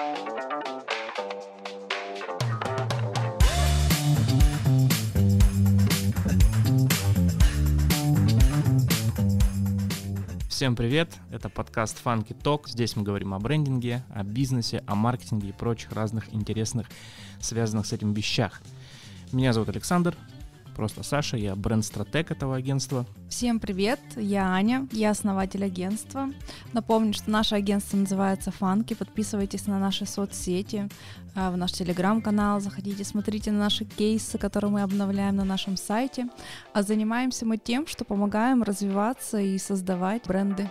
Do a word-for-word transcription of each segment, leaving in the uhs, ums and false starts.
Всем привет, это подкаст Funky Talk. Здесь мы говорим о брендинге, о бизнесе, о маркетинге и прочих разных интересных, связанных с этим вещах. Меня зовут Александр, просто Саша, я бренд-стратег этого агентства. Всем привет, я Аня, я основатель агентства. Напомню, что наше агентство называется Funky. Подписывайтесь на наши соцсети, в наш телеграм-канал, заходите, смотрите на наши кейсы, которые мы обновляем на нашем сайте. А занимаемся мы тем, что помогаем развиваться и создавать бренды.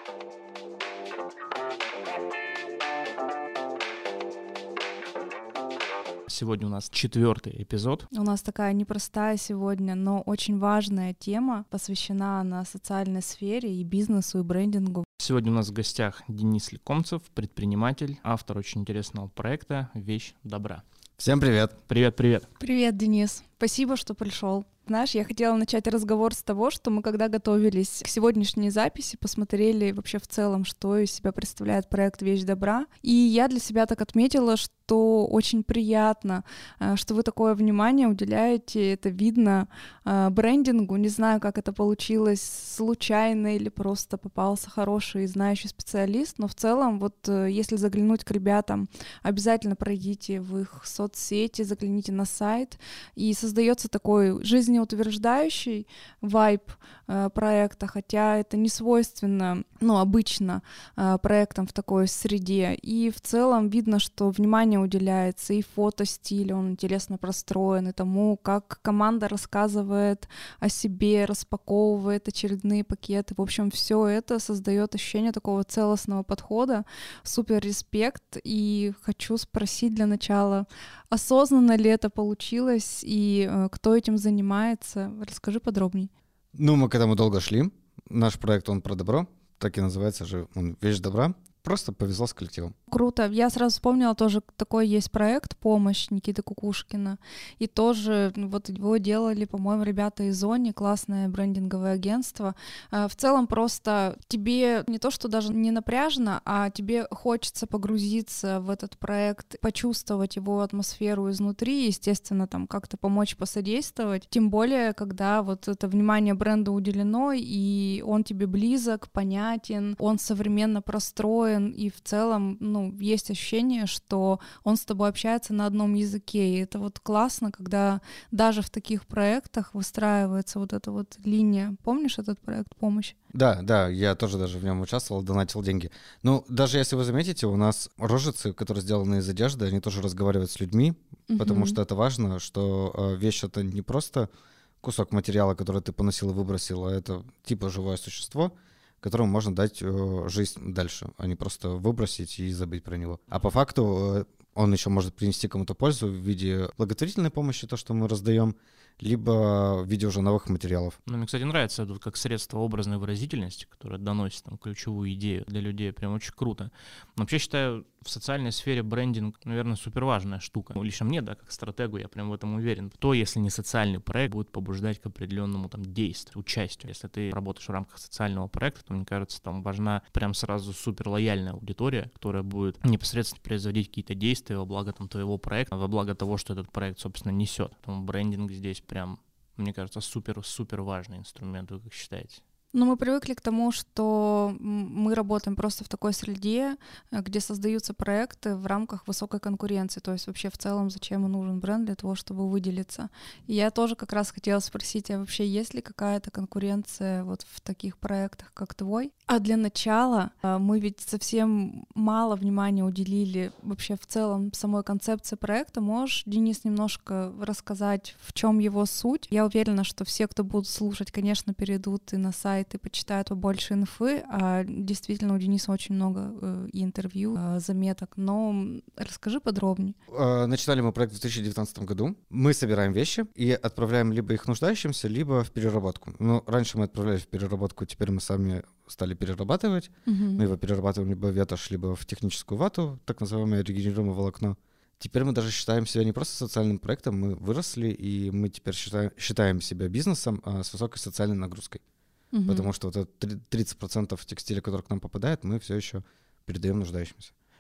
Сегодня у нас четвертый эпизод. У нас такая непростая сегодня, но очень важная тема, посвящена она социальной сфере и бизнесу, и брендингу. Сегодня у нас в гостях Денис Лекомцев, предприниматель, автор очень интересного проекта «Вещь добра». Всем привет. Привет-привет. Привет, Денис. Спасибо, что пришел. Знаешь, я хотела начать разговор с того, что мы, когда готовились к сегодняшней записи, посмотрели вообще в целом, что из себя представляет проект «Вещь добра». И я для себя так отметила, что очень приятно, что вы такое внимание уделяете, это видно брендингу. Не знаю, как это получилось, случайно или просто попался хороший и знающий специалист, но в целом, вот если заглянуть к ребятам, обязательно пройдите в их соцсети, загляните на сайт, и создается такой жизнеутверждающий вайб э, проекта, хотя это не свойственно, ну, обычно э, проектам в такой среде. И в целом видно, что внимание уделяется и фотостилю, он интересно простроен, и тому, как команда рассказывает о себе, распаковывает очередные пакеты. В общем, все это создает ощущение такого целостного подхода. Супер респект. И хочу спросить для начала, осознанно ли это получилось, и э, кто этим занимается? Расскажи подробнее. Ну, мы к этому долго шли. Наш проект, он про добро, так и называется же, он «Вещь добра». Просто повезло с коллективом. Круто. Я сразу вспомнила, тоже такой есть проект «Помощь» Никиты Кукушкина. И тоже вот его делали, по-моему, ребята из Зони, классное брендинговое агентство. В целом просто тебе не то, что даже не напряжно, а тебе хочется погрузиться в этот проект, почувствовать его атмосферу изнутри, естественно, там как-то помочь, посодействовать. Тем более, когда вот это внимание бренду уделено, и он тебе близок, понятен, он современно простроен, и в целом, ну, есть ощущение, что он с тобой общается на одном языке, и это вот классно, когда даже в таких проектах выстраивается вот эта вот линия. Помнишь этот проект «Помощь»? Да, да, я тоже даже в нем участвовал, донатил деньги. Ну, даже если вы заметите, у нас рожицы, которые сделаны из одежды, они тоже разговаривают с людьми, uh-huh. потому что это важно, что э, вещь — это не просто кусок материала, который ты поносил и выбросил, а это типа живое существо, которому можно дать э, жизнь дальше, а не просто выбросить и забыть про него. А по факту э, он еще может принести кому-то пользу в виде благотворительной помощи, то, что мы раздаем, либо в виде уже новых материалов. Ну, мне, кстати, нравится это как средство образной выразительности, которое доносит там ключевую идею для людей. Прям очень круто. Но вообще считаю, в социальной сфере брендинг, наверное, суперважная штука. Ну, лично мне, да, как стратегу, я прям в этом уверен. То, если не социальный проект, будет побуждать к определенному там действию, участию. Если ты работаешь в рамках социального проекта, то, мне кажется, там важна прям сразу супер лояльная аудитория, которая будет непосредственно производить какие-то действия во благо там твоего проекта, во благо того, что этот проект, собственно, несет. Поэтому брендинг здесь прям, мне кажется, супер-супер важный инструмент. Вы как считаете? Ну, мы привыкли к тому, что мы работаем просто в такой среде, где создаются проекты в рамках высокой конкуренции. То есть вообще в целом зачем и нужен бренд для того, чтобы выделиться. И я тоже как раз хотела спросить, а вообще есть ли какая-то конкуренция вот в таких проектах, как твой? А для начала мы ведь совсем мало внимания уделили вообще в целом самой концепции проекта. Можешь, Денис, немножко рассказать, в чем его суть? Я уверена, что все, кто будут слушать, конечно, перейдут и на сайт, и почитают побольше инфы, а действительно у Дениса очень много э, и интервью, э, заметок, но расскажи подробнее. Начинали мы проект в две тысячи девятнадцатом году. Мы собираем вещи и отправляем либо их нуждающимся, либо в переработку. Ну, раньше мы отправляли в переработку, теперь мы сами стали перерабатывать. Uh-huh. Мы его перерабатываем либо в ветошь, либо в техническую вату, так называемое регенерируемое волокно. Теперь мы даже считаем себя не просто социальным проектом, мы выросли, и мы теперь считаем, считаем себя бизнесом а, с высокой социальной нагрузкой. Uh-huh. Потому что вот это тридцать процентов текстиля, который к нам попадает, мы все еще передаем нуждающимся.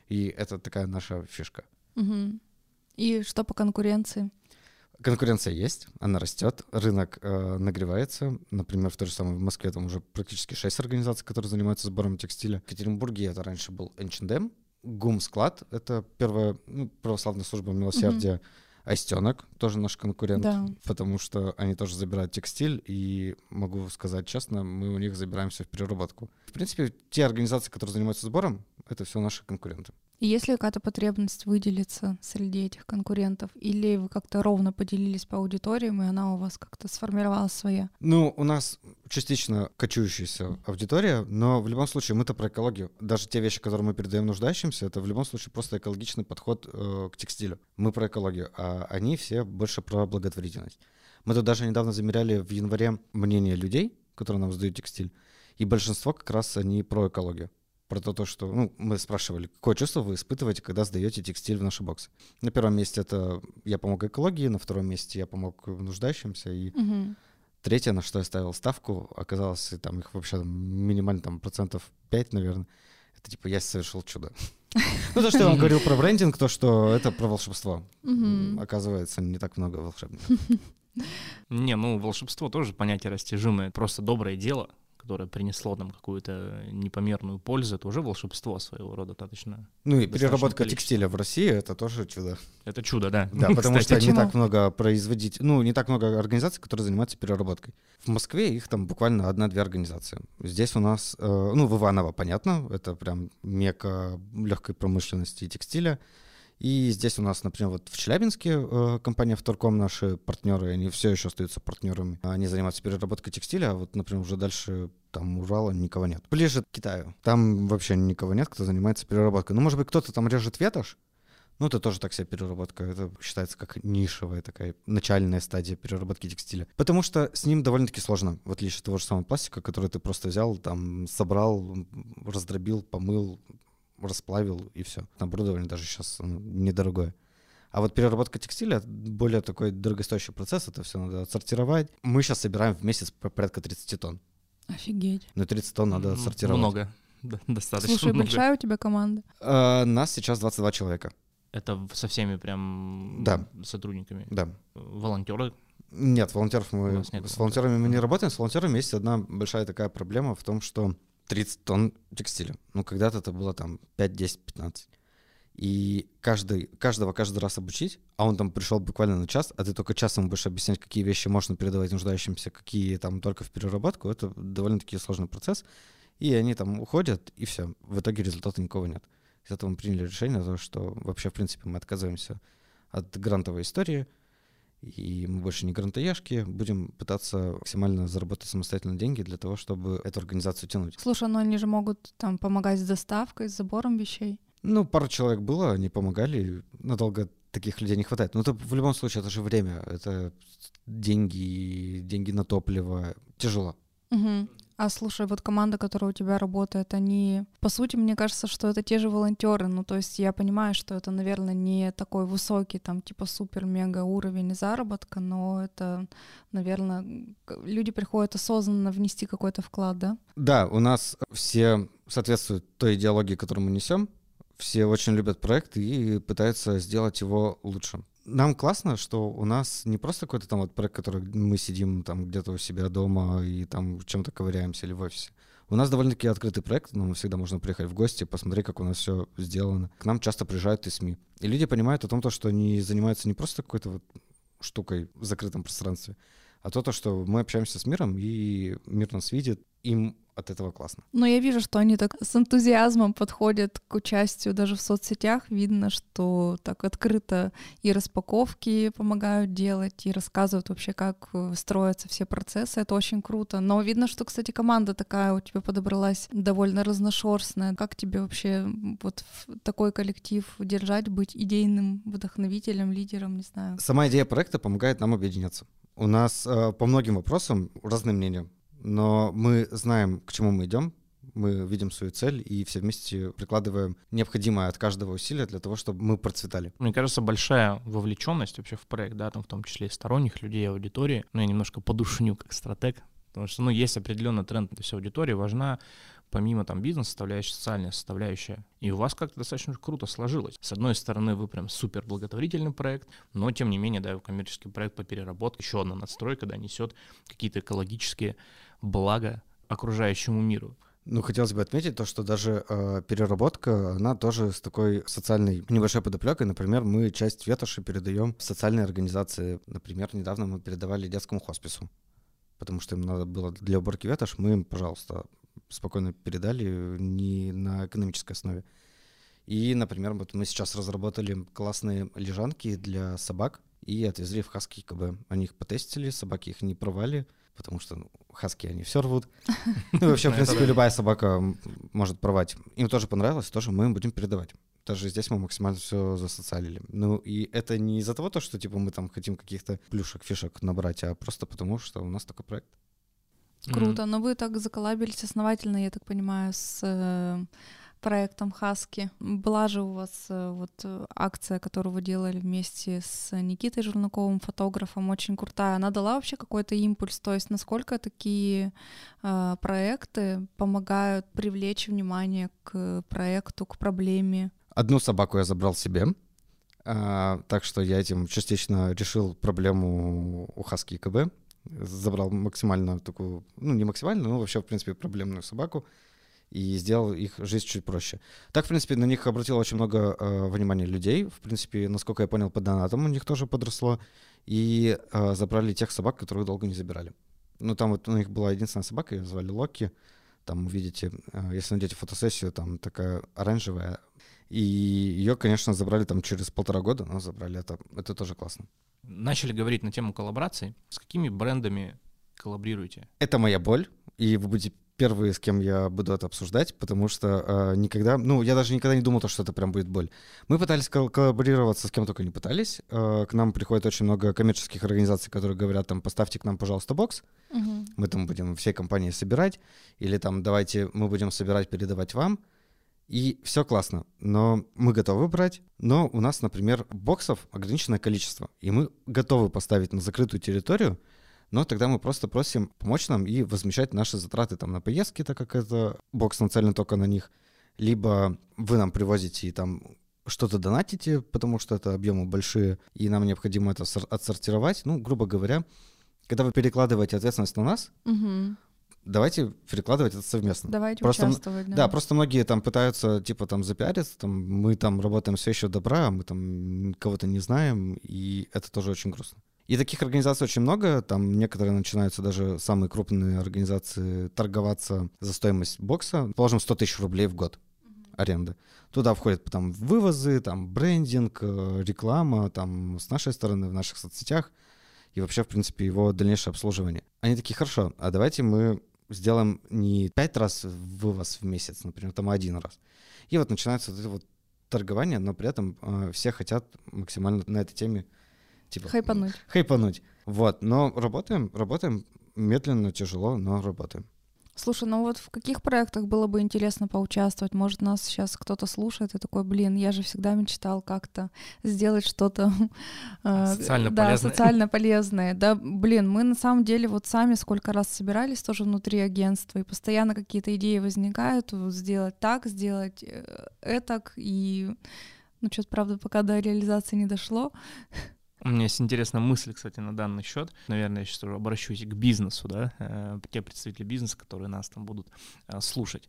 И это такая наша фишка. Угу. И что по конкуренции? Конкуренция есть, она растет, рынок э, нагревается. Например, в той же самой Москве там уже практически шесть организаций, которые занимаются сбором текстиля. В Екатеринбурге это раньше был эйч энд эм, ГУМ-склад, это первая ну, православная служба милосердия, угу. Айстенок, тоже наш конкурент, да. Потому что они тоже забирают текстиль, и могу сказать честно, мы у них забираемся в переработку. В принципе, те организации, которые занимаются сбором, это все наши конкуренты. И есть ли какая-то потребность выделиться среди этих конкурентов? Или вы как-то ровно поделились по аудиториям, и она у вас как-то сформировалась своя? Ну, у нас частично кочующаяся аудитория, но в любом случае мы-то про экологию. Даже те вещи, которые мы передаем нуждающимся, это в любом случае просто экологичный подход э, к текстилю. Мы про экологию, а они все больше про благотворительность. Мы тут даже недавно замеряли в январе мнение людей, которые нам сдают текстиль, и большинство как раз они про экологию. Про то, что ну, мы спрашивали, какое чувство вы испытываете, когда сдаете текстиль в наши боксы. На первом месте это я помог экологии, на втором месте я помог нуждающимся, и угу. третье, на что я ставил ставку, оказалось, там их вообще там, минимально там, процентов пять, наверное, это типа я совершил чудо. Ну, то, что я вам говорил про брендинг, то, что это про волшебство. Оказывается, не так много волшебников. Не, ну, волшебство тоже понятие растяжимое, просто доброе дело, которое принесло нам какую-то непомерную пользу, это уже волшебство своего рода достаточно. Ну и переработка текстиля в России — это тоже чудо. Это чудо, да. Да, потому что не так много производителей, ну не так много организаций, которые занимаются переработкой. В Москве их там буквально одна-две организации. Здесь у нас, ну в Иваново, понятно, это прям мекка легкой промышленности и текстиля. И здесь у нас, например, вот в Челябинске э, компания Вторком, наши партнеры, они все еще остаются партнерами. Они занимаются переработкой текстиля, а вот, например, уже дальше там Урала никого нет. Ближе к Китаю. Там вообще никого нет, кто занимается переработкой. Ну, может быть, кто-то там режет ветошь. Ну, это тоже так себе переработка. Это считается как нишевая такая начальная стадия переработки текстиля. Потому что с ним довольно-таки сложно. В отличие от того же самого пластика, который ты просто взял, там, собрал, раздробил, помыл, расплавил, и все. Оборудование даже сейчас недорогое. А вот переработка текстиля — более такой дорогостоящий процесс, это все надо отсортировать. Мы сейчас собираем в месяц порядка тридцать тонн. Офигеть. Ну, тридцать тонн надо отсортировать. Много, да, достаточно Слушай, много. большая у тебя команда? А, нас сейчас двадцать два человека. Это со всеми прям да. сотрудниками? Да. Волонтеры? Нет, волонтеров мы... Нет с волонтеров. волонтерами мы не работаем. С волонтерами есть одна большая такая проблема в том, что тридцать тонн текстиля. Ну, когда-то это было там пять, десять, пятнадцать. И каждый, каждого каждый раз обучить, а он там пришел буквально на час, а ты только час ему будешь объяснять, какие вещи можно передавать нуждающимся, какие там только в переработку, это довольно-таки сложный процесс. И они там уходят, и все. В итоге результата никакого нет. Из этого мы приняли решение, что вообще, в принципе, мы отказываемся от грантовой истории, и мы больше не грантояшки, будем пытаться максимально заработать самостоятельно деньги для того, чтобы эту организацию тянуть. Слушай, ну они же могут там помогать с доставкой, с забором вещей. Ну, пару человек было, они помогали, надолго таких людей не хватает. Но это в любом случае, это же время, это деньги, деньги на топливо, тяжело. Угу. А слушай, вот команда, которая у тебя работает, они, по сути, мне кажется, что это те же волонтеры. Ну, то есть я понимаю, что это, наверное, не такой высокий, там, типа супер-мега уровень заработка, но это, наверное, люди приходят осознанно внести какой-то вклад, да? Да, у нас все соответствуют той идеологии, которую мы несем. Все очень любят проект и пытаются сделать его лучше. Нам классно, что у нас не просто какой-то там вот проект, который мы сидим там где-то у себя дома и там чем-то ковыряемся или в офисе. У нас довольно-таки открытый проект, но всегда можно приехать в гости, посмотреть, как у нас все сделано. К нам часто приезжают и СМИ. И люди понимают о том, что они занимаются не просто какой-то вот штукой в закрытом пространстве, а то, то, что мы общаемся с миром, и мир нас видит, им от этого классно. Но я вижу, что они так с энтузиазмом подходят к участию даже в соцсетях. Видно, что так открыто и распаковки помогают делать, и рассказывают вообще, как строятся все процессы. Это очень круто. Но видно, что, кстати, команда такая у тебя подобралась довольно разношерстная. Как тебе вообще вот такой коллектив держать, быть идейным вдохновителем, лидером, не знаю? Сама идея проекта помогает нам объединяться. У нас э, по многим вопросам разные мнения. Но мы знаем, к чему мы идем, мы видим свою цель и все вместе прикладываем необходимое от каждого усилия для того, чтобы мы процветали. Мне кажется, большая вовлеченность вообще в проект, да, там в том числе и сторонних людей, аудитории. Ну, я немножко подушню как стратег, потому что, ну, есть определенный тренд, то есть аудитория важна, помимо там бизнес-составляющей, социальная составляющая. И у вас как-то достаточно круто сложилось. С одной стороны, вы прям супер благотворительный проект, но тем не менее, да, коммерческий проект по переработке, еще одна надстройка, да, несет какие-то экологические блага окружающему миру. Ну, хотелось бы отметить то, что даже э, переработка, она тоже с такой социальной небольшой подоплекой. Например, мы часть ветоши передаем в социальные организации. Например, недавно мы передавали детскому хоспису, потому что им надо было для уборки ветошь. Мы им, пожалуйста, спокойно передали, не на экономической основе. И, например, вот мы сейчас разработали классные лежанки для собак и отвезли в Хаски КБ. Они их потестили, собаки их не порвали, потому что ну, хаски они все рвут. Ну и вообще, в принципе, любая собака может порвать. Им тоже понравилось, тоже мы им будем передавать. Даже здесь мы максимально все засоциалили. Ну и это не из-за того, что типа мы там хотим каких-то плюшек, фишек набрать, а просто потому, что у нас такой проект. Круто, но вы так заколабились основательно, я так понимаю, с э, проектом Хаски. Была же у вас э, вот акция, которую вы делали вместе с Никитой Журнаковым, фотографом, очень крутая. Она дала вообще какой-то импульс? То есть насколько такие э, проекты помогают привлечь внимание к проекту, к проблеме? Одну собаку я забрал себе, а, так что я этим частично решил проблему у Хаски КБ. Забрал максимально такую, ну не максимально, но вообще, в принципе, проблемную собаку и сделал их жизнь чуть проще. Так, в принципе, на них обратило очень много э, внимания людей. В принципе, насколько я понял, по донатам у них тоже подросло. И э, забрали тех собак, которых долго не забирали. Ну, там вот у них была единственная собака, ее звали Локи. Там, увидите, э, если найдете фотосессию, там такая оранжевая. И ее, конечно, забрали там через полтора года, но забрали это. Это тоже классно. Начали говорить на тему коллабораций. С какими брендами коллаборируете? Это моя боль, и вы будете первые, с кем я буду это обсуждать, потому что э, никогда, ну, я даже никогда не думал, что это прям будет боль. Мы пытались кол- коллаборироваться с кем только не пытались. Э, к нам приходит очень много коммерческих организаций, которые говорят, там, поставьте к нам, пожалуйста, бокс. Угу. Мы там будем всей компании собирать, или там, давайте мы будем собирать, передавать вам. И все классно, но мы готовы брать, но у нас, например, боксов ограниченное количество, и мы готовы поставить на закрытую территорию, но тогда мы просто просим помочь нам и возмещать наши затраты там на поездки, так как это бокс нацелен только на них, либо вы нам привозите и там что-то донатите, потому что это объемы большие, и нам необходимо это отсортировать. Ну, грубо говоря, когда вы перекладываете ответственность на нас, Угу. давайте перекладывать это совместно. Давайте просто, участвовать. Да. да, просто многие там пытаются, типа, там запиариться, там, мы там работаем все еще добра, мы там кого-то не знаем, и это тоже очень грустно. И таких организаций очень много, там некоторые начинаются, даже самые крупные организации, торговаться за стоимость бокса, положим, сто тысяч рублей в год аренды. Туда входят там вывозы, там брендинг, реклама, там с нашей стороны, в наших соцсетях, и вообще, в принципе, его дальнейшее обслуживание. Они такие, хорошо, а давайте мы сделаем не пять раз вывоз в месяц, например, там один раз. И вот начинается вот это вот торгование, но при этом э, все хотят максимально на этой теме типа хайпануть. хайпануть. Вот, но работаем, работаем медленно, тяжело, но работаем. Слушай, ну вот в каких проектах было бы интересно поучаствовать? Может, нас сейчас кто-то слушает и такой, блин, я же всегда мечтал как-то сделать что-то социально да, полезное. социально полезное. Да, блин, мы на самом деле вот сами сколько раз собирались тоже внутри агентства, и постоянно какие-то идеи возникают, вот сделать так, сделать этак, и ну что-то, правда, пока до реализации не дошло. У меня есть интересная мысль, кстати, на данный счет. Наверное, я сейчас уже обращусь к бизнесу, да, те представители бизнеса, которые нас там будут слушать.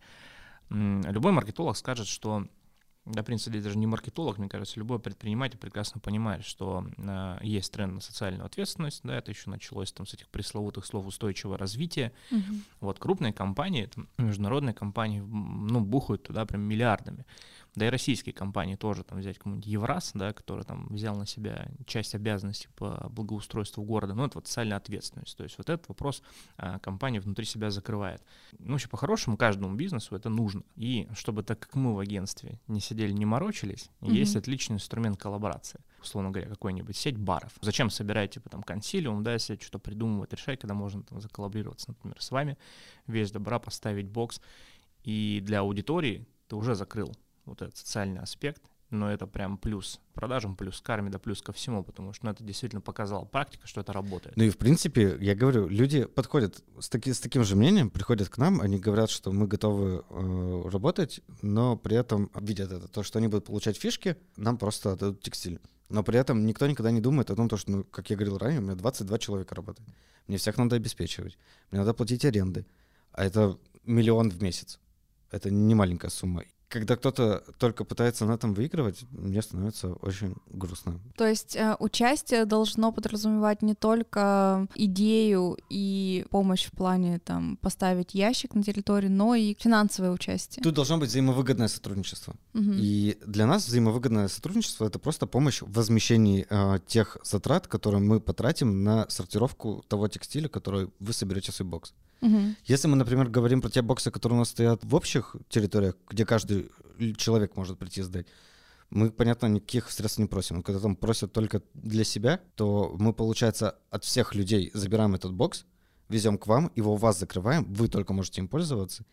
Любой маркетолог скажет, что, да, в принципе, даже не маркетолог, мне кажется, любой предприниматель прекрасно понимает, что есть тренд на социальную ответственность, да, это еще началось там с этих пресловутых слов устойчивого развития. Угу. Вот крупные компании, там, международные компании, ну, бухают туда прям миллиардами. Да и российские компании тоже, там взять кому-нибудь Евраз, да, который там взял на себя часть обязанностей по благоустройству города, ну, это вот социальная ответственность. То есть вот этот вопрос а, компания внутри себя закрывает. Ну, вообще, по-хорошему, каждому бизнесу это нужно. И чтобы так как мы в агентстве не сидели, не морочились, mm-hmm. есть отличный инструмент коллаборации. Условно говоря, какой-нибудь сеть баров. Зачем собирать, типа, там, консилиум, да, если что-то придумывать, решать, когда можно там заколлаборироваться, например, с вами, весь добра, поставить бокс. И для аудитории ты уже закрыл вот этот социальный аспект, но это прям плюс к продажам, плюс к карме, да плюс ко всему, потому что ну, это действительно показала практика, что это работает. Ну и в принципе, я говорю, люди подходят с, таки, с таким же мнением, приходят к нам, они говорят, что мы готовы э, работать, но при этом видят это, то, что они будут получать фишки, нам просто отдадут текстиль. Но при этом никто никогда не думает о том, что, ну, как я говорил ранее, у меня двадцать два человека работает. Мне всех надо обеспечивать, мне надо платить аренды, а это миллион в месяц. Это не маленькая сумма. Когда кто-то только пытается на этом выигрывать, мне становится очень грустно. То есть э, участие должно подразумевать не только идею и помощь в плане там поставить ящик на территории, но и финансовое участие. Тут должно быть взаимовыгодное сотрудничество. Угу. И для нас взаимовыгодное сотрудничество — это просто помощь в возмещении э, тех затрат, которые мы потратим на сортировку того текстиля, который вы соберете в свой бокс. Угу. Если мы, например, говорим про те боксы, которые у нас стоят в общих территориях, где каждый человек может прийти и сдать, мы, понятно, никаких средств не просим. Но когда там просят только для себя, то мы, получается, от всех людей забираем этот бокс, везем к вам, его у вас закрываем, вы только можете им пользоваться.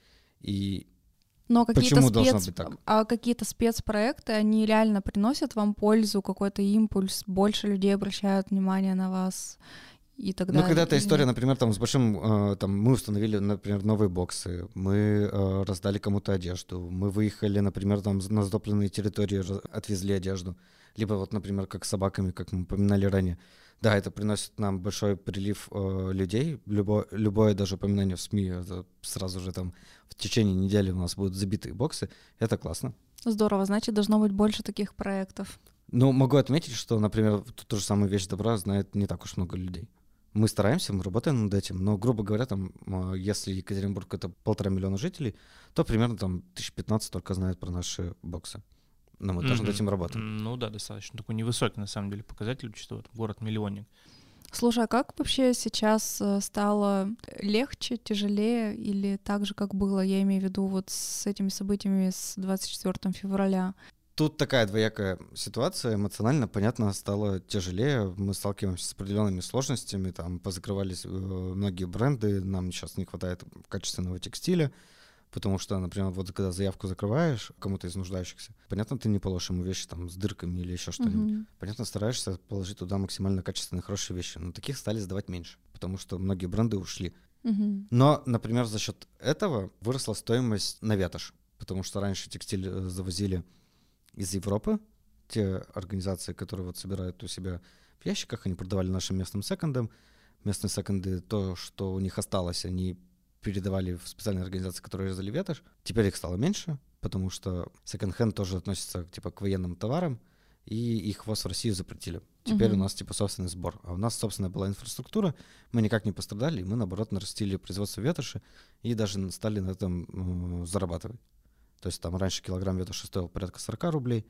И Но какие-то почему спец... должно быть так? А какие-то спецпроекты, они реально приносят вам пользу, какой-то импульс, больше людей обращают внимание на вас? И тогда ну, когда-то или история, нет? например, там с большим, э, там мы установили, например, новые боксы, мы э, раздали кому-то одежду, мы выехали, например, там на сдопленные территории, раз- отвезли одежду, либо вот, например, как с собаками, как мы упоминали ранее. Да, это приносит нам большой прилив э, людей, любое, любое даже упоминание в СМИ, это сразу же там в течение недели у нас будут забитые боксы, это классно. Здорово, значит, должно быть больше таких проектов. Ну, могу отметить, что, например, ту же самую вещь добра знает не так уж много людей. Мы стараемся, мы работаем над этим, но, грубо говоря, там, если Екатеринбург — это полтора миллиона жителей, то примерно там тысяч пятнадцать только знают про наши боксы. Но мы тоже над этим работаем. Ну да, достаточно такой невысокий, на самом деле, показатель, учитывая город-миллионник. Слушай, а как вообще сейчас э, стало легче, тяжелее или так же, как было? Я имею в виду вот с этими событиями с двадцать четвёртого февраля. Тут такая двоякая ситуация. Эмоционально, понятно, стало тяжелее. Мы сталкиваемся с определенными сложностями. Там позакрывались э, многие бренды. Нам сейчас не хватает качественного текстиля. Потому что, например, вот когда заявку закрываешь кому-то из нуждающихся, понятно, ты не положишь ему вещи там с дырками или еще что-нибудь. Мгм. Понятно, стараешься положить туда максимально качественные, хорошие вещи. Но таких стали сдавать меньше, потому что многие бренды ушли. Мгм. Но, например, за счет этого выросла стоимость на ветошь. Потому что раньше текстиль э, завозили из Европы. Те организации, которые вот собирают у себя в ящиках, они продавали нашим местным секондам. Местные секонды, то, что у них осталось, они передавали в специальные организации, которые резали ветошь. Теперь их стало меньше, потому что секонд-хенд тоже относится типа к военным товарам, и их ввоз в Россию запретили. Теперь Мгм. у нас типа собственный сбор. А у нас собственная была инфраструктура, мы никак не пострадали, и мы, наоборот, нарастили производство ветоши и даже стали на этом э, зарабатывать. То есть там раньше килограмм ветоши стоил порядка сорок рублей,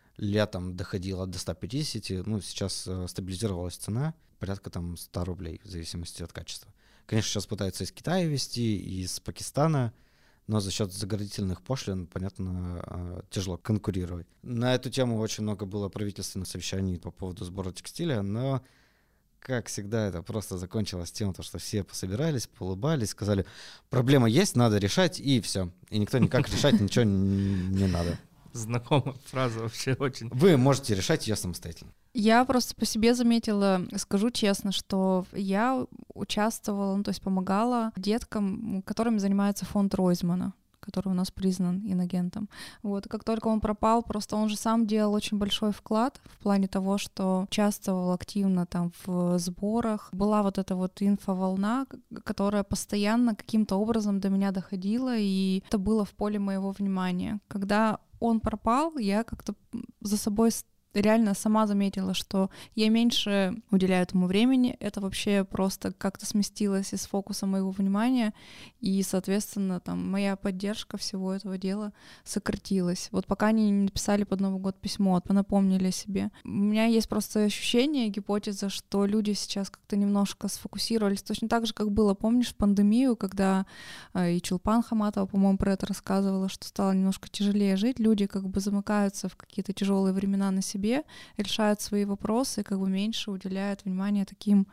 летом доходило до ста пятидесяти, ну, сейчас э, стабилизировалась цена, порядка там ста рублей, в зависимости от качества. Конечно, сейчас пытаются из Китая везти, из Пакистана, но за счет заградительных пошлин, понятно, э, тяжело конкурировать. На эту тему очень много было правительственных совещаний по поводу сбора текстиля, но, как всегда, это просто закончилось тем, что все пособирались, поулыбались, сказали, проблема есть, надо решать, и все. И никто никак решать ничего не надо. Знакомая фраза вообще очень. Вы можете решать ее самостоятельно. Я просто по себе заметила, скажу честно, что я участвовала, ну, то есть помогала деткам, которыми занимается фонд Ройзмана, который у нас признан инагентом. Вот, и как только он пропал, просто он же сам делал очень большой вклад в плане того, что участвовал активно там в сборах. Была вот эта вот инфоволна, которая постоянно каким-то образом до меня доходила, и это было в поле моего внимания. Когда он пропал, я как-то за собой реально сама заметила, что я меньше уделяю этому времени, это вообще просто как-то сместилось из фокуса моего внимания, и, соответственно, там моя поддержка всего этого дела сократилась. Вот пока они не написали под Новый год письмо, напомнили о себе. У меня есть просто ощущение, гипотеза, что люди сейчас как-то немножко сфокусировались, точно так же, как было, помнишь, в пандемию, когда э, и Чулпан Хаматова, по-моему, про это рассказывала, что стало немножко тяжелее жить, люди как бы замыкаются в какие-то тяжелые времена на себя, себе, решают свои вопросы, как бы меньше уделяют внимания таким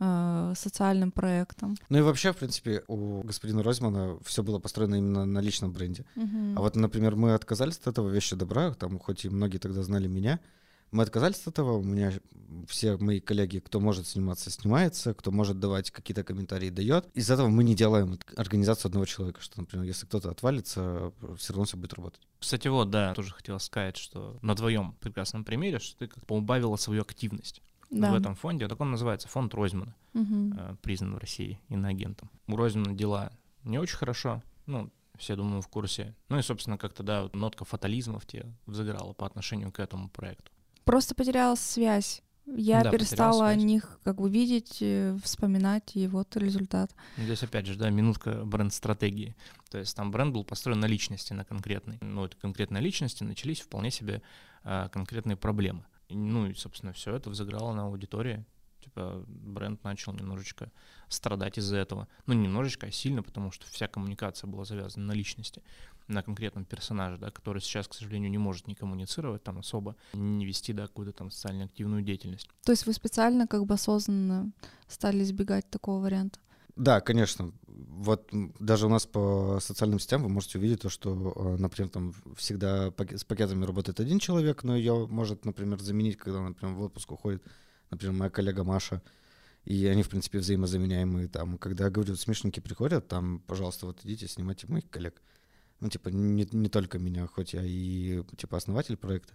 э, социальным проектам. Ну и вообще, в принципе, у господина Ройзмана все было построено именно на личном бренде. Угу. А вот, например, мы отказались от этого «Вещи добра», там, хоть и многие тогда знали меня, мы отказались от этого, у меня все мои коллеги, кто может сниматься, снимается, кто может давать какие-то комментарии, дает. Из этого мы не делаем организацию одного человека, что, например, если кто-то отвалится, все равно все будет работать. Кстати, вот, да, тоже хотел сказать, что на твоем прекрасном примере, что ты как поубавила свою активность. Да. В этом фонде, так он называется фонд Ройзмана, угу. признан в России иноагентом. У Ройзмана дела не очень хорошо, ну, все, думаю, в курсе. Ну и, собственно, как-то, да, вот нотка фатализма в тебе взыграла по отношению к этому проекту. Просто потеряла связь. Я да, перестала о них как бы видеть, вспоминать, и вот результат. Здесь опять же, да, минутка бренд-стратегии. То есть там бренд был построен на личности, на конкретной. Ну, это конкретной личности начались вполне себе а, конкретные проблемы. Ну и, собственно, все это взыграло на аудитории. Типа бренд начал немножечко страдать из-за этого. Ну, не немножечко, а сильно, потому что вся коммуникация была завязана на личности, на конкретном персонаже, да, который сейчас, к сожалению, не может не коммуницировать там особо, не вести, да, какую-то там социально активную деятельность. То есть вы специально, как бы осознанно стали избегать такого варианта? Да, конечно. Вот даже у нас по социальным сетям вы можете увидеть то, что, например, там всегда с пакетами работает один человек, но ее может, например, заменить, когда, например, в отпуск уходит, например, моя коллега Маша, и они, в принципе, взаимозаменяемые. Там, когда, я говорю, смешники приходят, там, пожалуйста, вот идите, снимайте моих коллег. Ну, типа, не, не только меня, хоть я и, типа, основатель проекта,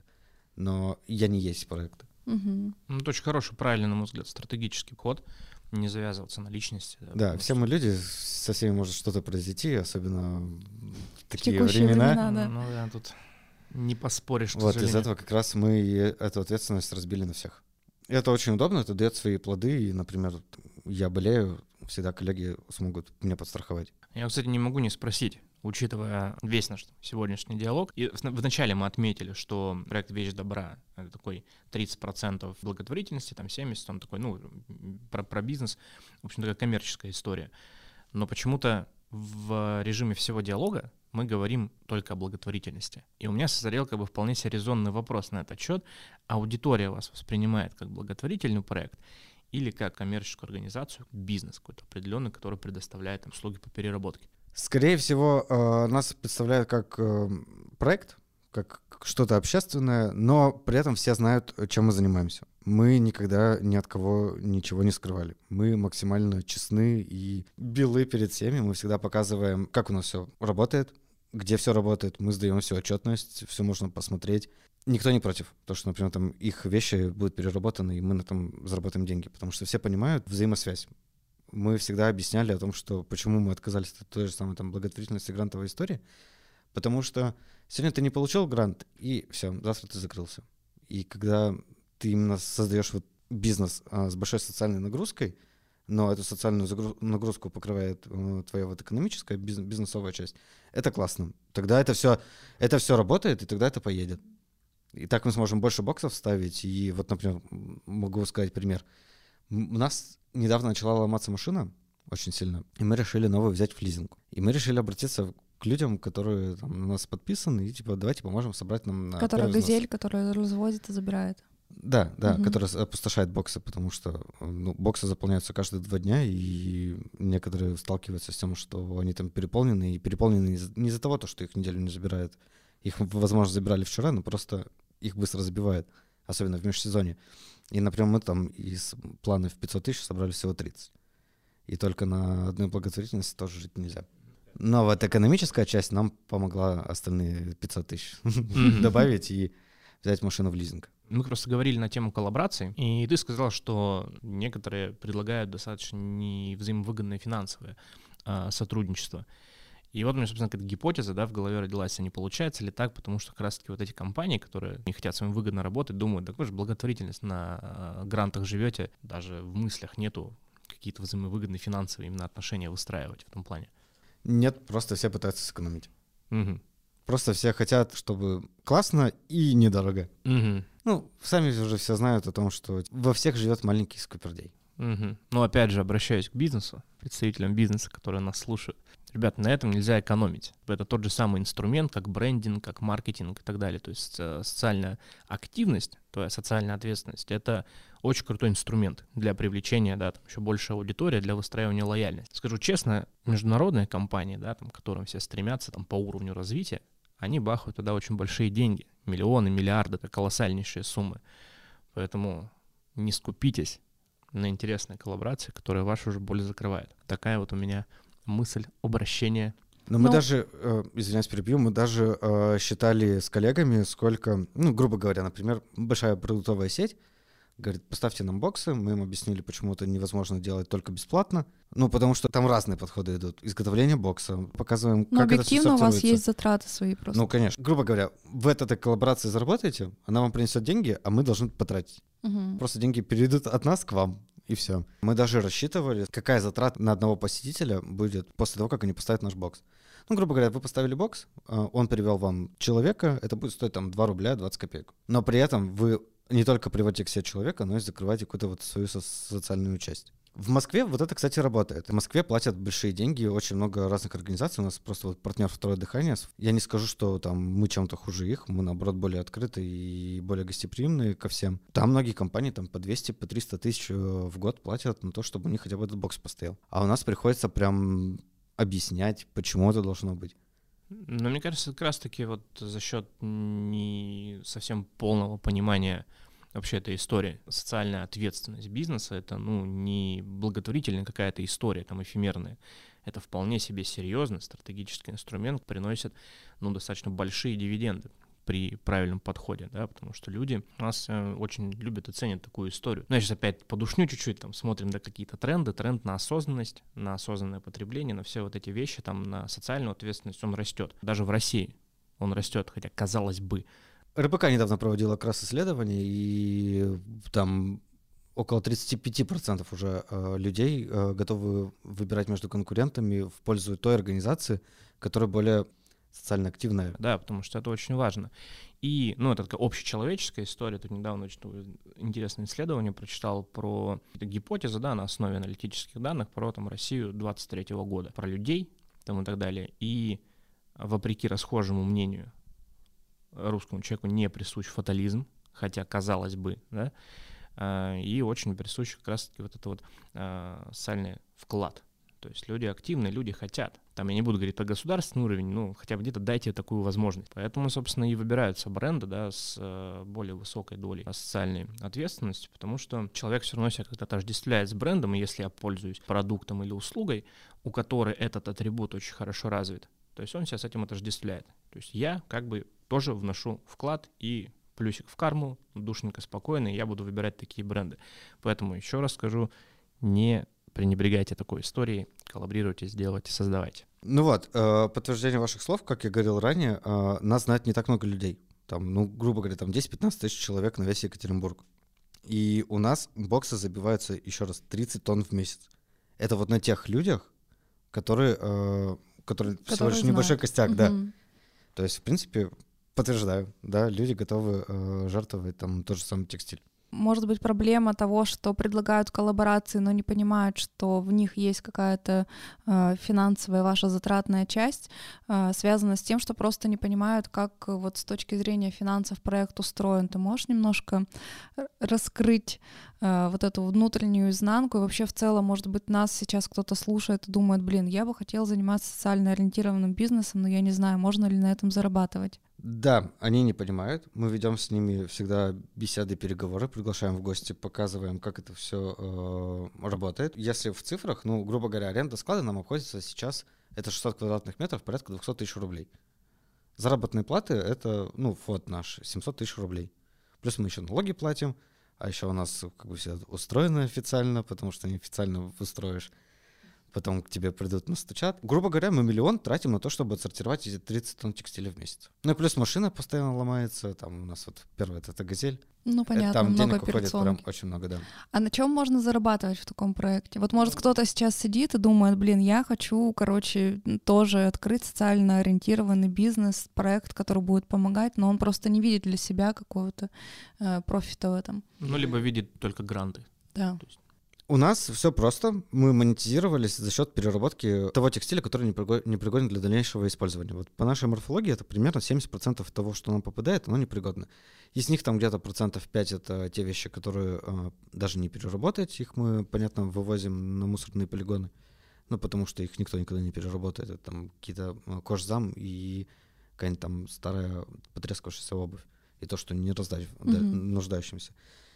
но я не есть проекта. Угу. Ну, это очень хороший, правильный, на мой взгляд, стратегический ход, не завязываться на личности. Да, да все мы люди, со всеми может что-то произойти, особенно в такие текущие времена. времена, да. Ну, да, тут не поспоришь. Вот из этого как раз мы эту ответственность разбили на всех. И это очень удобно, это дает свои плоды, и, например, я болею, всегда коллеги смогут меня подстраховать. Я, кстати, не могу не спросить, учитывая весь наш сегодняшний диалог. И вначале мы отметили, что проект «Вещь добра» — это такой тридцать процентов благотворительности, там семьдесят процентов, он такой, ну, про, про бизнес, в общем, такая коммерческая история. Но почему-то в режиме всего диалога мы говорим только о благотворительности. И у меня созрел как бы вполне себе резонный вопрос на этот счет. Аудитория вас воспринимает как благотворительный проект или как коммерческую организацию, бизнес какой-то определенный, который предоставляет там услуги по переработке? Скорее всего, э, нас представляют как э, проект, как что-то общественное, но при этом все знают, чем мы занимаемся. Мы никогда ни от кого ничего не скрывали. Мы максимально честны и белы перед всеми. Мы всегда показываем, как у нас все работает, где все работает. Мы сдаем всю отчетность, все можно посмотреть. Никто не против, то что, например, там их вещи будут переработаны, и мы на этом заработаем деньги, потому что все понимают взаимосвязь. Мы всегда объясняли о том, что почему мы отказались от той же самой там благотворительности, грантовой истории, потому что сегодня ты не получил грант, и все, завтра ты закрылся. И когда ты именно создаешь вот бизнес а, с большой социальной нагрузкой, но эту социальную загруз- нагрузку покрывает э, твоя вот экономическая, биз- бизнесовая часть, это классно. Тогда это все, это все работает, и тогда это поедет. И так мы сможем больше боксов ставить. И вот, например, могу сказать пример. У нас недавно начала ломаться машина очень сильно, и мы решили новую взять в лизинг. И мы решили обратиться к людям, которые там, на нас подписаны, и типа давайте поможем собрать нам на Которая газель, которая развозит и забирает. Да, да, угу. которая опустошает боксы, потому что ну, боксы заполняются каждые два дня, и некоторые сталкиваются с тем, что они там переполнены, и переполнены не из- не из-за того, что их неделю не забирают. Их, возможно, забирали вчера, но просто их быстро забивают, особенно в межсезонье. И, например, мы там из плана в пятьсот тысяч собрали всего тридцать. И только на одной благотворительности тоже жить нельзя. Но вот экономическая часть нам помогла остальные пятьсот тысяч добавить и взять машину в лизинг. Мы просто говорили на тему коллабораций, и ты сказал, что некоторые предлагают достаточно невзаимовыгодное финансовое а, сотрудничество. И вот у меня, собственно, какая-то гипотеза, да, в голове родилась, а не получается ли так, потому что как раз-таки вот эти компании, которые не хотят с вами выгодно работать, думают, да вы же благотворительность, на а, грантах живете, даже в мыслях нету какие-то взаимовыгодные финансовые именно отношения выстраивать в этом плане. Нет, просто все пытаются сэкономить. Угу. Просто все хотят, чтобы классно и недорого. Угу. Ну, сами уже все знают о том, что во всех живет маленький скупердей. Угу. Ну, опять же, обращаюсь к бизнесу, представителям бизнеса, которые нас слушают. Ребят, на этом нельзя экономить. Это тот же самый инструмент, как брендинг, как маркетинг и так далее. То есть э, социальная активность, твоя социальная ответственность — это очень крутой инструмент для привлечения, да, там, еще больше аудитории, для выстраивания лояльности. Скажу честно, международные компании, да, там, к которым все стремятся там, по уровню развития, они бахают туда очень большие деньги. Миллионы, миллиарды — это колоссальнейшие суммы. Поэтому не скупитесь на интересные коллаборации, которые вашу уже боль закрывают. Такая вот у меня мысль обращения. Но мы Ну. даже, э, извиняюсь, перебью, мы даже э, считали с коллегами, сколько, ну, грубо говоря, например, большая продуктовая сеть говорит, поставьте нам боксы, мы им объяснили, почему это невозможно делать только бесплатно, ну, потому что там разные подходы идут. Изготовление бокса, показываем, Но как это все объективно у вас сортируется. есть затраты свои просто. Ну, конечно. Грубо говоря, в этой коллаборации заработаете, она вам принесет деньги, а мы должны потратить. Мгм. Просто деньги перейдут от нас к вам, и все. Мы даже рассчитывали, какая затрата на одного посетителя будет после того, как они поставят наш бокс. Ну, грубо говоря, вы поставили бокс, а, он привел вам человека, это будет стоить там два рубля двадцать копеек. Но при этом вы не только приводите к себе человека, но и закрываете какую-то вот свою со- социальную часть. В Москве вот это, кстати, работает. В Москве платят большие деньги, очень много разных организаций. У нас просто вот партнер «Второе дыхание». Я не скажу, что там мы чем-то хуже их, мы, наоборот, более открыты и более гостеприимные ко всем. Там многие компании там по двести, по триста тысяч э, в год платят на то, чтобы у них хотя бы этот бокс постоял. А у нас приходится прям объяснять, почему это должно быть. Но мне кажется, как раз-таки вот за счет не совсем полного понимания вообще этой истории. Социальная ответственность бизнеса — это, ну, не благотворительная какая-то история, там, эфемерная. Это вполне себе серьезный стратегический инструмент, приносит, ну, достаточно большие дивиденды при правильном подходе, да, потому что люди у нас э, очень любят и ценят такую историю. Ну, я сейчас опять подушню чуть-чуть, там, смотрим, да, какие-то тренды, тренд на осознанность, на осознанное потребление, на все вот эти вещи, там, на социальную ответственность, он растет. Даже в России он растет, хотя, казалось бы, РБК недавно проводила как раз исследование, и там около тридцать пять процентов уже э, людей э, готовы выбирать между конкурентами в пользу той организации, которая более социально активная. Да, потому что это очень важно. И, ну, это такая общечеловеческая история. Тут недавно очень интересное исследование прочитал про гипотезы, да, на основе аналитических данных про там Россию двадцать третьего года, про людей там и так далее. И вопреки расхожему мнению, русскому человеку не присущ фатализм, хотя, казалось бы, да, и очень присущ как раз-таки вот этот вот социальный вклад. То есть люди активны, люди хотят. Там я не буду говорить про государственный уровень, ну, хотя бы где-то дайте такую возможность. Поэтому, собственно, и выбираются бренды, да, с более высокой долей социальной ответственности, потому что человек все равно себя как-то отождествляет с брендом, и если я пользуюсь продуктом или услугой, у которой этот атрибут очень хорошо развит, то есть он себя с этим отождествляет. То есть я как бы тоже вношу вклад и плюсик в карму, душненько, спокойно, и я буду выбирать такие бренды. Поэтому еще раз скажу, не пренебрегайте такой историей, коллаборируйте, сделайте, создавайте. Ну вот, э, подтверждение ваших слов, как я говорил ранее, э, нас знает не так много людей. Там, ну, грубо говоря, там десять-пятнадцать тысяч человек на весь Екатеринбург. И у нас боксы забиваются, еще раз, тридцать тонн в месяц. Это вот на тех людях, которые, э, которые, Которые всего лишь знают. небольшой костяк, да. Мгм. То есть, в принципе, подтверждаю, да, люди готовы э, жертвовать там тот же самый текстиль. Может быть, проблема того, что предлагают коллаборации, но не понимают, что в них есть какая-то э, финансовая ваша затратная часть, э, связана с тем, что просто не понимают, как э, вот с точки зрения финансов проект устроен. Ты можешь немножко р- раскрыть э, вот эту внутреннюю изнанку? И вообще в целом, может быть, нас сейчас кто-то слушает и думает, блин, я бы хотел заниматься социально ориентированным бизнесом, но я не знаю, можно ли на этом зарабатывать. Да, они не понимают. Мы ведем с ними всегда беседы, переговоры, приглашаем в гости, показываем, как это все э, работает. Если в цифрах, ну, грубо говоря, аренда склада нам обходится сейчас, это шестьсот квадратных метров, порядка двести тысяч рублей. Заработные платы — это, ну, фонд наш, семьсот тысяч рублей. Плюс мы еще налоги платим, а еще у нас как бы все устроено официально, потому что неофициально устроишь. Потом к тебе придут, настучат. Грубо говоря, мы миллион тратим на то, чтобы отсортировать эти тридцать тонн текстиля в месяц. Ну и плюс машина постоянно ломается. Там у нас вот первая — это «Газель». Ну, понятно, Там много денег уходит прям операционки. очень много, да. А на чем можно зарабатывать в таком проекте? Вот, может, кто-то сейчас сидит и думает, блин, я хочу, короче, тоже открыть социально ориентированный бизнес, проект, который будет помогать, но он просто не видит для себя какого-то э, профита в этом. Ну, либо видит только гранты. Да. У нас все просто. Мы монетизировались за счет переработки того текстиля, который не пригоден для дальнейшего использования. Вот по нашей морфологии это примерно семьдесят процентов того, что нам попадает, оно непригодно. Из них там где-то процентов пять — это те вещи, которые э, даже не переработать. Их мы, понятно, вывозим на мусорные полигоны. Ну, потому что их никто никогда не переработает. Это там какие-то кожзам и какая-нибудь там старая потрескавшаяся обувь. И то, что не раздать mm-hmm. нуждающимся.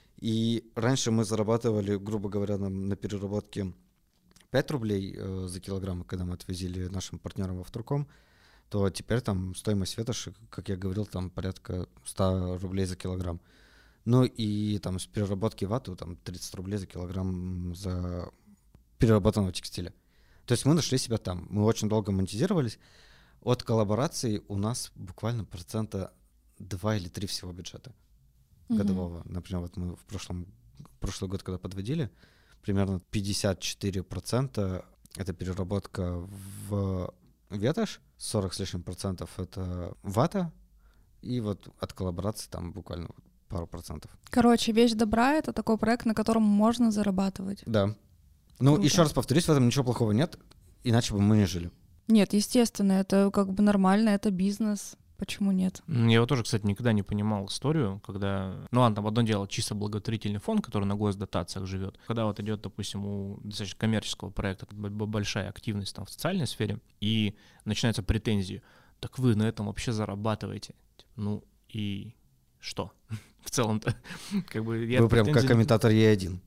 И раньше мы зарабатывали, грубо говоря, на, на переработке пять рублей э, за килограмм, когда мы отвозили нашим партнерам в Авторком, то теперь там стоимость ветоши, как я говорил, там порядка сто рублей за килограмм. Ну и там с переработки вату там тридцать рублей за килограмм за переработанного текстиля. То есть мы нашли себя там. Мы очень долго монетизировались. От коллабораций у нас буквально процента два или три всего бюджета годового. Mm-hmm. Например, вот мы в прошлом, прошлый год, когда подводили, примерно пятьдесят четыре процента это переработка в ветошь, сорок с лишним процентов это вата, и вот от коллаборации там буквально пару процентов. Короче, «Вещь добра» — это такой проект, на котором можно зарабатывать. Да. Ну, Круто. Еще раз повторюсь, в этом ничего плохого нет, иначе бы мы не жили. Нет, естественно, это как бы нормально, это бизнес. Почему нет? Я вот тоже, кстати, никогда не понимал историю, когда... Ну ладно, там одно дело чисто благотворительный фонд, который на госдотациях живет. Когда вот идет, допустим, у достаточно коммерческого проекта большая активность там в социальной сфере, и начинаются претензии. Так вы на этом вообще зарабатываете. Ну и что? В целом-то. Как бы я вы прям как комментатор Е один.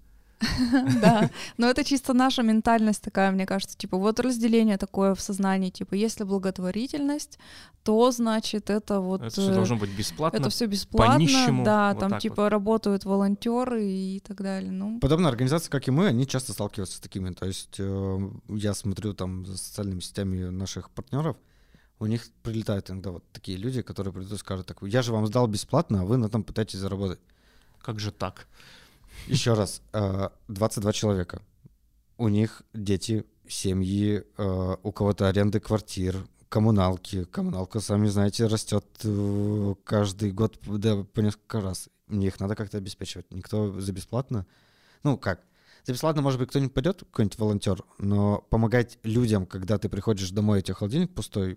Да, но это чисто наша ментальность такая, мне кажется, типа вот разделение такое в сознании, типа если благотворительность, то значит это вот... Это все должно быть бесплатно, это все бесплатно, по-нищему, да, вот там типа вот. Работают волонтеры и так далее. Ну. Подобные организации, как и мы, они часто сталкиваются с такими, то есть э, я смотрю там за социальными сетями наших партнеров, у них прилетают иногда вот такие люди, которые придут и скажут, так, я же вам сдал бесплатно, а вы на этом пытаетесь заработать. Как же так? Еще раз, двадцать два человека. У них дети, семьи, у кого-то аренды квартир, коммуналки. Коммуналка, сами знаете, растет каждый год да, по несколько раз. Мне их надо как-то обеспечивать. Никто за бесплатно... Ну, как? За бесплатно, может быть, кто-нибудь пойдет, какой-нибудь волонтер, но помогать людям, когда ты приходишь домой, у тебя холодильник пустой,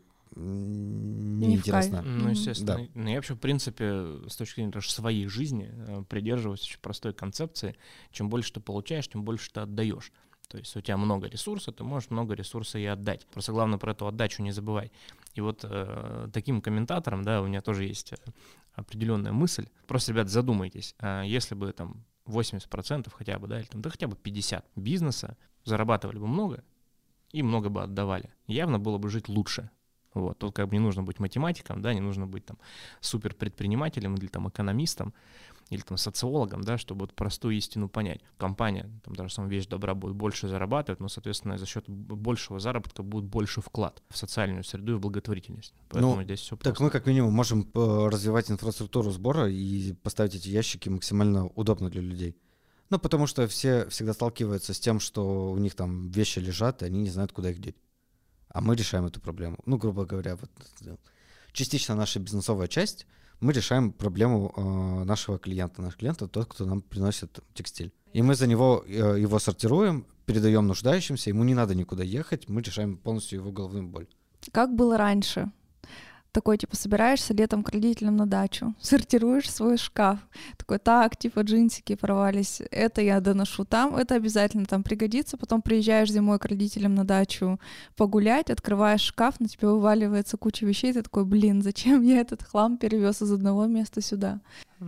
неинтересно. Не ну, естественно. Да. Ну, я вообще, в принципе, с точки зрения даже своей жизни придерживаюсь очень простой концепции. Чем больше ты получаешь, тем больше ты отдаешь. То есть у тебя много ресурсов, ты можешь много ресурсов и отдать. Просто главное про эту отдачу не забывай. И вот э, таким комментатором, да, у меня тоже есть определенная мысль. Просто, ребят, задумайтесь, если бы там восемьдесят процентов хотя бы, да, или там, да хотя бы пятьдесят процентов бизнеса зарабатывали бы много и много бы отдавали, явно было бы жить лучше. Вот. Тут как бы не нужно быть математиком, да, не нужно быть там суперпредпринимателем или там экономистом, или там социологом, да, чтобы вот простую истину понять. Компания, там даже сама «Вещь добра» будет больше зарабатывать, но, соответственно, за счет большего заработка будет больше вклад в социальную среду и в благотворительность. Поэтому ну, здесь все так мы как минимум можем развивать инфраструктуру сбора и поставить эти ящики максимально удобно для людей. Ну, потому что все всегда сталкиваются с тем, что у них там вещи лежат, и они не знают, куда их деть. А мы решаем эту проблему. Ну, грубо говоря, вот частично наша бизнесовая часть, мы решаем проблему э, нашего клиента. Наш клиент — это тот, кто нам приносит текстиль. И мы за него э, его сортируем, передаем нуждающимся, ему не надо никуда ехать, мы решаем полностью его головную боль. Как было раньше? Такой, типа, собираешься летом к родителям на дачу, сортируешь свой шкаф. Такой, так, типа, джинсики порвались, это я доношу там, это обязательно там пригодится. Потом приезжаешь зимой к родителям на дачу погулять, открываешь шкаф, на тебя вываливается куча вещей, ты такой, блин, зачем я этот хлам перевез из одного места сюда?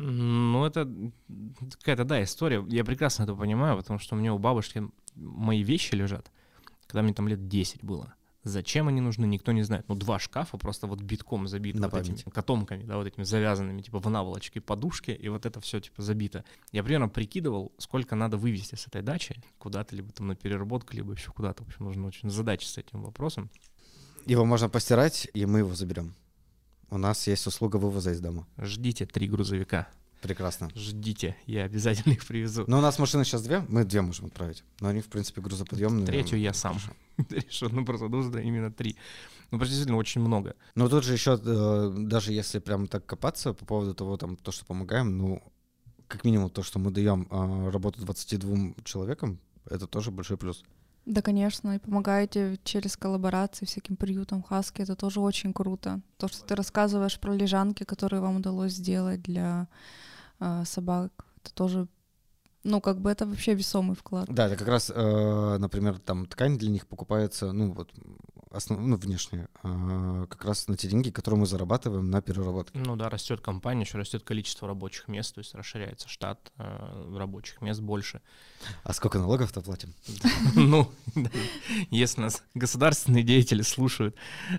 Ну, это какая-то, да, история. Я прекрасно это понимаю, потому что у меня у бабушки мои вещи лежат, когда мне там лет десять было. Зачем они нужны, никто не знает. Ну, два шкафа просто вот битком забиты вот этими котомками, да, вот этими завязанными, типа в наволочке подушки, и вот это все типа забито. Я примерно прикидывал, сколько надо вывезти с этой дачи куда-то, либо там на переработку, либо еще куда-то. В общем, нужно очень задачиться этим вопросом. Его можно постирать, и мы его заберем. У нас есть услуга вывоза из дома. Ждите три грузовика. Прекрасно. Ждите, я обязательно их привезу. Но у нас машины сейчас две, мы две можем отправить. Но они, в принципе, грузоподъемные. Третью я сам решил, ну просто нужно именно три. Ну, просто действительно очень много. Но тут же еще, даже если прям так копаться по поводу того, там, то, что помогаем, ну, как минимум то, что мы даем работу двадцати двум человекам, Это тоже большой плюс. Да, конечно, и помогаете через коллаборации всяким приютам Хаски, это тоже очень круто. То, что ты рассказываешь про лежанки, которые вам удалось сделать для э, собак, это тоже, ну, как бы это вообще весомый вклад. Да, это как раз, э, например, там ткань для них покупается, ну, вот, основ, ну, внешняя, э, как раз на те деньги, которые мы зарабатываем на переработке. Ну да, растет компания, еще растет количество рабочих мест, то есть расширяется штат, э, рабочих мест больше. А сколько налогов-то платим? Ну, если нас государственные деятели слушают,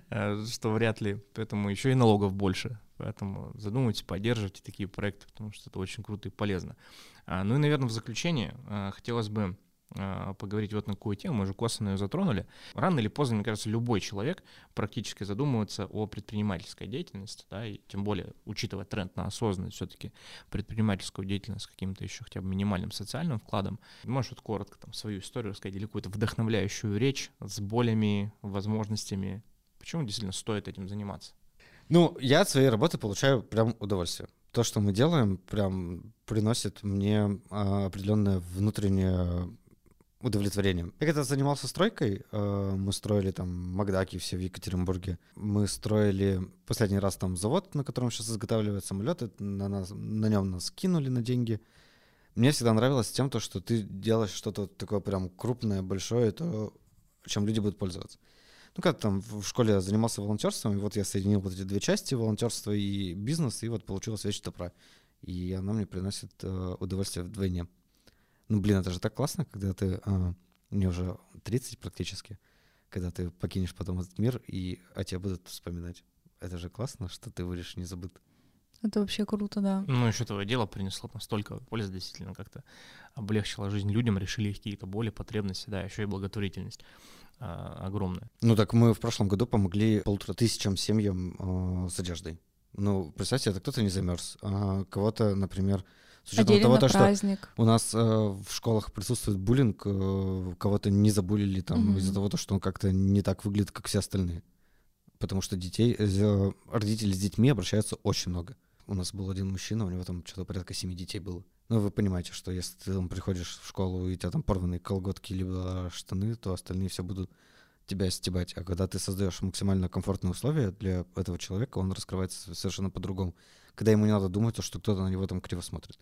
что вряд ли, поэтому еще и налогов больше. Поэтому задумайтесь, поддерживайте такие проекты, потому что это очень круто и полезно. Ну и, наверное, в заключение хотелось бы поговорить вот на какую тему, мы уже косвенно ее затронули. Рано или поздно, мне кажется, любой человек практически задумывается о предпринимательской деятельности, да, и тем более, учитывая тренд на осознанность, все-таки предпринимательскую деятельность с каким-то еще хотя бы минимальным социальным вкладом. Можешь вот коротко там свою историю рассказать или какую-то вдохновляющую речь с болями, возможностями? Почему действительно стоит этим заниматься? Ну, я от своей работы получаю прям удовольствие. То, что мы делаем, прям приносит мне а, определенное внутреннее удовлетворение. Я когда занимался стройкой, э, мы строили там Макдаки все в Екатеринбурге. Мы строили последний раз там завод, на котором сейчас изготавливают самолеты. На, нас, на нем нас кинули на деньги. Мне всегда нравилось тем, то, что ты делаешь что-то такое прям крупное, большое, то, чем люди будут пользоваться. Ну, когда там в школе я занимался волонтерством, и вот я соединил вот эти две части, волонтерство и бизнес, и вот получилась вещь добра. И она мне приносит э, удовольствие вдвойне. Ну, блин, это же так классно, когда ты, а, мне уже тридцать практически, когда ты покинешь потом этот мир, и о тебе будут вспоминать. Это же классно, что ты будешь не забыт. Это вообще круто, да. Ну, еще твое дело принесло там столько пользы, действительно, как-то облегчило жизнь людям, решили их какие-то боли, потребности, да, еще и благотворительность а, огромная. Ну, так мы в прошлом году помогли полутора тысячам семьям а, с одеждой. Ну, представьте, это кто-то не замерз, а кого-то, например, с учетом Одели того, на то, что праздник. у нас э, в школах присутствует буллинг, э, кого-то не забулили там Мгм. из-за того, что он как-то не так выглядит, как все остальные. Потому что детей, э, родители с детьми обращаются очень много. У нас был один мужчина, у него там что-то порядка семи детей было. Ну, вы понимаете, что если ты там приходишь в школу, и у тебя там порванные колготки либо штаны, то остальные все будут тебя стебать. А когда ты создаешь максимально комфортные условия для этого человека, он раскрывается совершенно по-другому. Когда ему не надо думать, что кто-то на него там криво смотрит.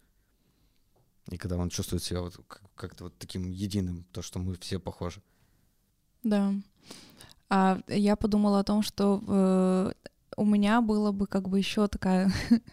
И когда он чувствует себя вот как-то вот таким единым, то, что мы все похожи. Да. А я подумала о том, что э, у меня было бы как бы еще такая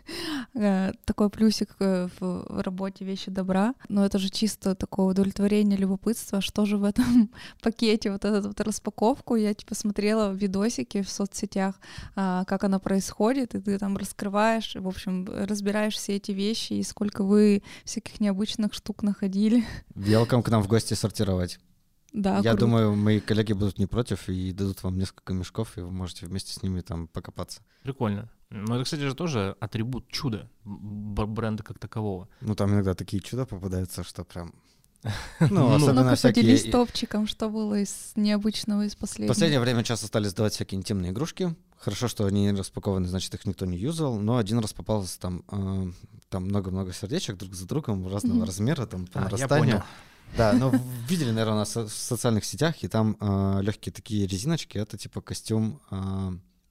э, такой плюсик э, в работе «Вещи добра», но это же чисто такое удовлетворение, любопытство, что же в этом пакете, вот эту вот распаковку. Я типа смотрела видосики в соцсетях, а, как она происходит, и ты там раскрываешь, в общем, разбираешь все эти вещи, и сколько вы всяких необычных штук находили. Welcome к нам в гости сортировать. Да, Я круто. думаю, мои коллеги будут не против и дадут вам несколько мешков, и вы можете вместе с ними там покопаться. Прикольно. Но это, кстати же, тоже атрибут чуда б- бренда как такового. Ну, там иногда такие чуда попадаются, что прям... Ну, Ну, особенно Ну-ка, всякие... поделись топчиком, что было из необычного, из В последнего. последнее время часто стали сдавать всякие интимные игрушки. Хорошо, что они не распакованы, значит, их никто не юзал. Но один раз попался там, э, там много-много сердечек друг за другом разного Мгм. размера, там по А, я нарастанию. понял. Да, ну видели, наверное, у нас в социальных сетях, и там э, легкие такие резиночки, это типа костюм э,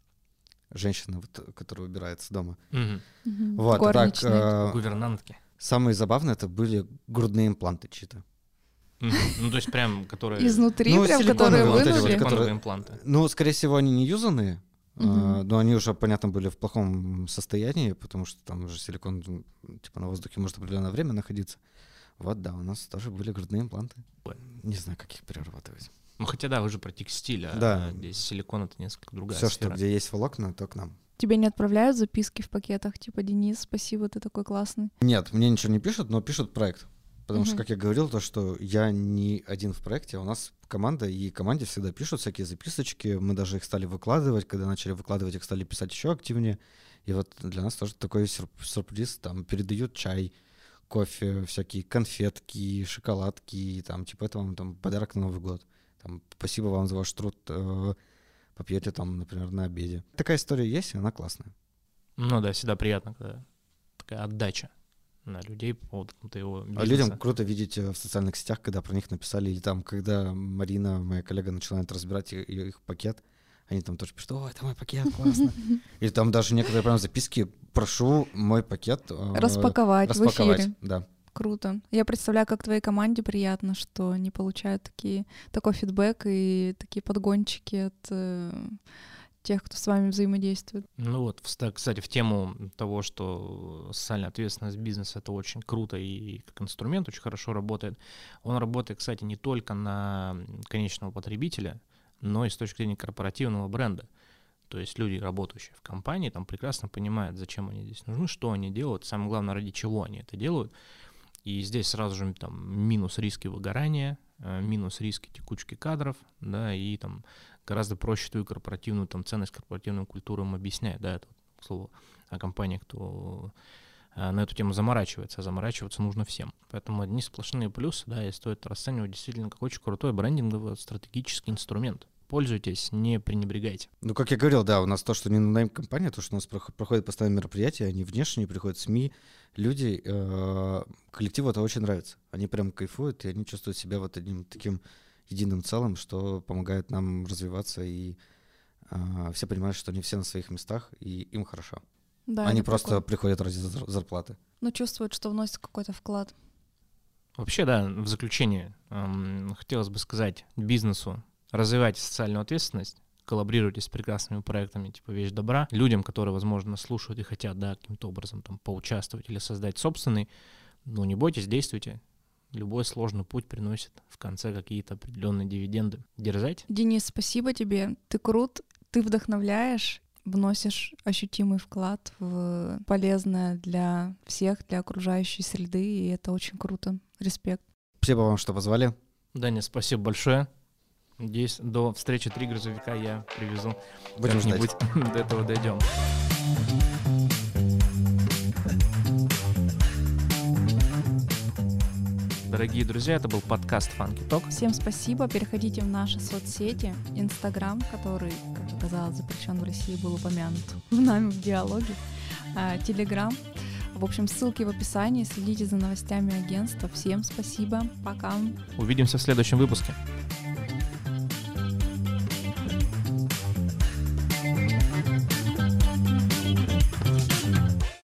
женщины, вот, которая убирается дома. Мгм. Мгм. Вот, а так, Горничная. э, Гувернантки. самые забавные это были грудные импланты чьи-то. Мгм. Ну, то есть прям, которые... Изнутри Ну, прям, силиконовые которые вот эти вот, вынули. которые- Силиконовые импланты. Ну, скорее всего, они не юзанные, э, Мгм. но они уже, понятно, были в плохом состоянии, потому что там уже силикон м, типа на воздухе может определенное время находиться. Вот, да, у нас тоже были грудные импланты. Ой. Не знаю, как их перерабатывать. Ну, хотя да, вы же про текстиль, а Да. здесь силикон — это несколько другая Все, что сфера. где есть волокна, то к нам. Тебе не отправляют записки в пакетах, типа «Денис, спасибо, ты такой классный». Нет, мне ничего не пишут, но пишут проект. Потому что, Мгм. как я говорил, то, что я не один в проекте, а у нас команда, и команде всегда пишут всякие записочки. Мы даже их стали выкладывать. Когда начали выкладывать, их стали писать еще активнее. И вот для нас тоже такой сюрп- сюрприз. Там передают чай, кофе, всякие конфетки, шоколадки. Там, типа, это вам там подарок на Новый год. Там, спасибо вам за ваш труд. э, Попьете там, например, на обеде. Такая история есть, и она классная. Ну да, всегда приятно, когда такая отдача на людей по поводу его бизнеса. А людям круто видеть в социальных сетях, когда про них написали, или там, когда Марина, моя коллега, начинает разбирать их, их пакет, они там тоже пишут: «О, это мой пакет, классно». Или там даже некоторые прям записки: «Прошу мой пакет распаковать, распаковать». в эфире. Да. Круто. Я представляю, как твоей команде приятно, что они получают такие, такой фидбэк и такие подгончики от э, тех, кто с вами взаимодействует. Ну вот, кстати, в тему того, что социальная ответственность бизнеса — это очень круто и как инструмент очень хорошо работает. Он работает, кстати, не только на конечного потребителя, но и с точки зрения корпоративного бренда. То есть люди, работающие в компании, там прекрасно понимают, зачем они здесь нужны, что они делают, самое главное, ради чего они это делают. И здесь сразу же там минус риски выгорания, минус риски текучки кадров, да, и там гораздо проще ту корпоративную там ценность, корпоративную культуру им объяснять, да, это, к слову, о компаниях, кто на эту тему заморачивается, а заморачиваться нужно всем. Поэтому одни сплошные плюсы, да, и стоит расценивать действительно как очень крутой брендинговый стратегический инструмент. Пользуйтесь, не пренебрегайте. Ну, как я говорил, да, у нас то, что не найм-компания, то, что у нас проходит постоянные мероприятия, они внешние, приходят СМИ, люди, э, коллективу это очень нравится. Они прям кайфуют, и они чувствуют себя вот одним таким единым целым, что помогает нам развиваться, и э, все понимают, что они все на своих местах, и им хорошо. Да, они просто прикольно. приходят ради зарплаты. Но чувствуют, что вносят какой-то вклад. Вообще, да, в заключение эм, хотелось бы сказать бизнесу: развивайте социальную ответственность, коллаборируйте с прекрасными проектами типа «Вещь добра». Людям, которые, возможно, слушают и хотят, да, каким-то образом там поучаствовать или создать собственный, ну, не бойтесь, действуйте. Любой сложный путь приносит в конце какие-то определенные дивиденды. Дерзайте. Денис, спасибо тебе. Ты крут, ты вдохновляешь, вносишь ощутимый вклад в полезное для всех, для окружающей среды, и это очень круто. Респект. Спасибо вам, что позвали. Даня, спасибо большое. Надеюсь, до встречи «Три грузовика» я привезу. Будем как-нибудь до этого дойдем. Дорогие друзья, это был подкаст Funky Talk. Всем спасибо. Переходите в наши соцсети. Инстаграм, который, как оказалось, запрещен в России, был упомянут в нами в диалоге. Телеграм. В общем, ссылки в описании. Следите за новостями агентства. Всем спасибо. Пока. Увидимся в следующем выпуске.